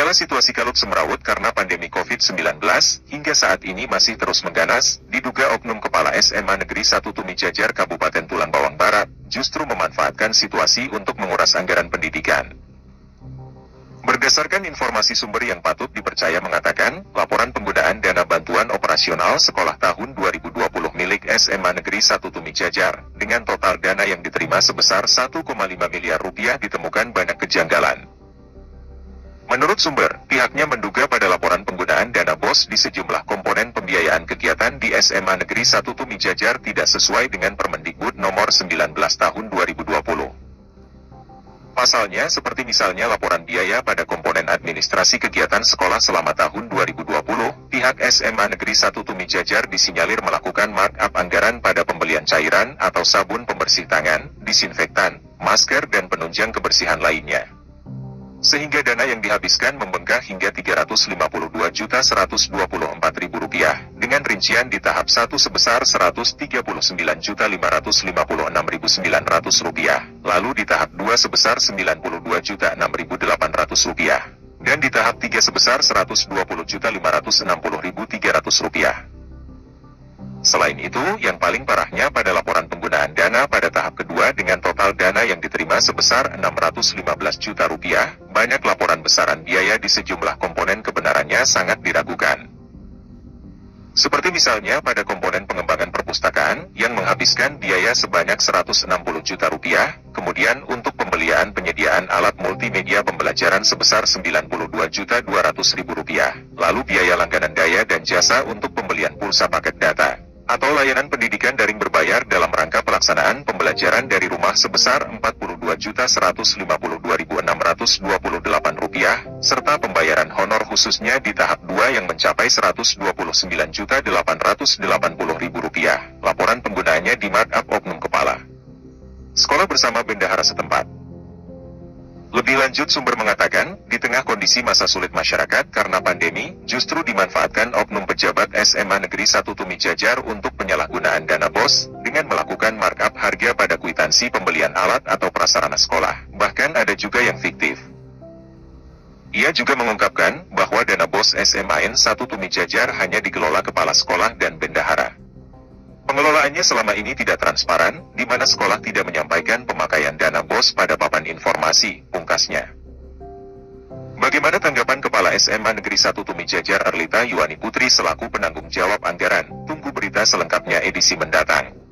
Segala situasi kalut semrawut karena pandemi COVID-19, hingga saat ini masih terus mengganas, diduga oknum Kepala SMA Negeri 1 Tumijajar Kabupaten Tulang Bawang Barat, justru memanfaatkan situasi untuk menguras anggaran pendidikan. Berdasarkan informasi sumber yang patut dipercaya mengatakan, laporan penggunaan dana bantuan operasional sekolah tahun 2020 milik SMA Negeri 1 Tumijajar, dengan total dana yang diterima sebesar 1,5 miliar rupiah ditemukan banyak kejanggalan. Menurut sumber, pihaknya menduga pada laporan penggunaan dana BOS di sejumlah komponen pembiayaan kegiatan di SMA Negeri 1 Tumijajar tidak sesuai dengan Permendikbud nomor 19 tahun 2020. Pasalnya, seperti misalnya laporan biaya pada komponen administrasi kegiatan sekolah selama tahun 2020, pihak SMA Negeri 1 Tumijajar disinyalir melakukan markup anggaran pada pembelian cairan atau sabun pembersih tangan, disinfektan, masker dan penunjang kebersihan lainnya. Sehingga dana yang dihabiskan membengkak hingga Rp352.124.000, dengan rincian di tahap 1 sebesar Rp139.556.900, lalu di tahap 2 sebesar Rp92.006.800, dan di tahap 3 sebesar Rp120.560.300. Selain itu, yang paling parahnya pada laporan penggunaan dana pada tahap kedua dengan total dana yang diterima sebesar Rp615 juta, banyak laporan besaran biaya di sejumlah komponen kebenarannya sangat diragukan. Seperti misalnya pada komponen pengembangan perpustakaan, yang menghabiskan biaya sebanyak Rp160 juta, kemudian untuk pembelian penyediaan alat multimedia pembelajaran sebesar Rp92.200.000, lalu biaya langganan daya dan jasa untuk pembelian pulsa paket data atau layanan pendidikan daring berbayar dalam rangka pelaksanaan pembelajaran dari rumah sebesar Rp42.150.628, serta pembayaran honor khususnya di tahap 2 yang mencapai Rp129.880.000. Laporan penggunaannya di markup oknum kepala sekolah bersama bendahara setempat. Lebih lanjut, sumber mengatakan, di tengah kondisi masa sulit masyarakat karena pandemi, justru dimanfaatkan oknum pejabat SMA Negeri 1 Tumijajar untuk penyalahgunaan dana BOS, dengan melakukan markup harga pada kwitansi pembelian alat atau prasarana sekolah, bahkan ada juga yang fiktif. Ia juga mengungkapkan, bahwa dana BOS SMA N 1 Tumijajar hanya dikelola kepala sekolah dan bendahara. Pengelolaannya selama ini tidak transparan, di mana sekolah tidak menyampaikan pemakaian dana BOS pada papan informasi, pungkasnya. Bagaimana tanggapan Kepala SMA Negeri 1 Tumijajar Arlita Yuwani Putri selaku penanggung jawab anggaran? Tunggu berita selengkapnya edisi mendatang.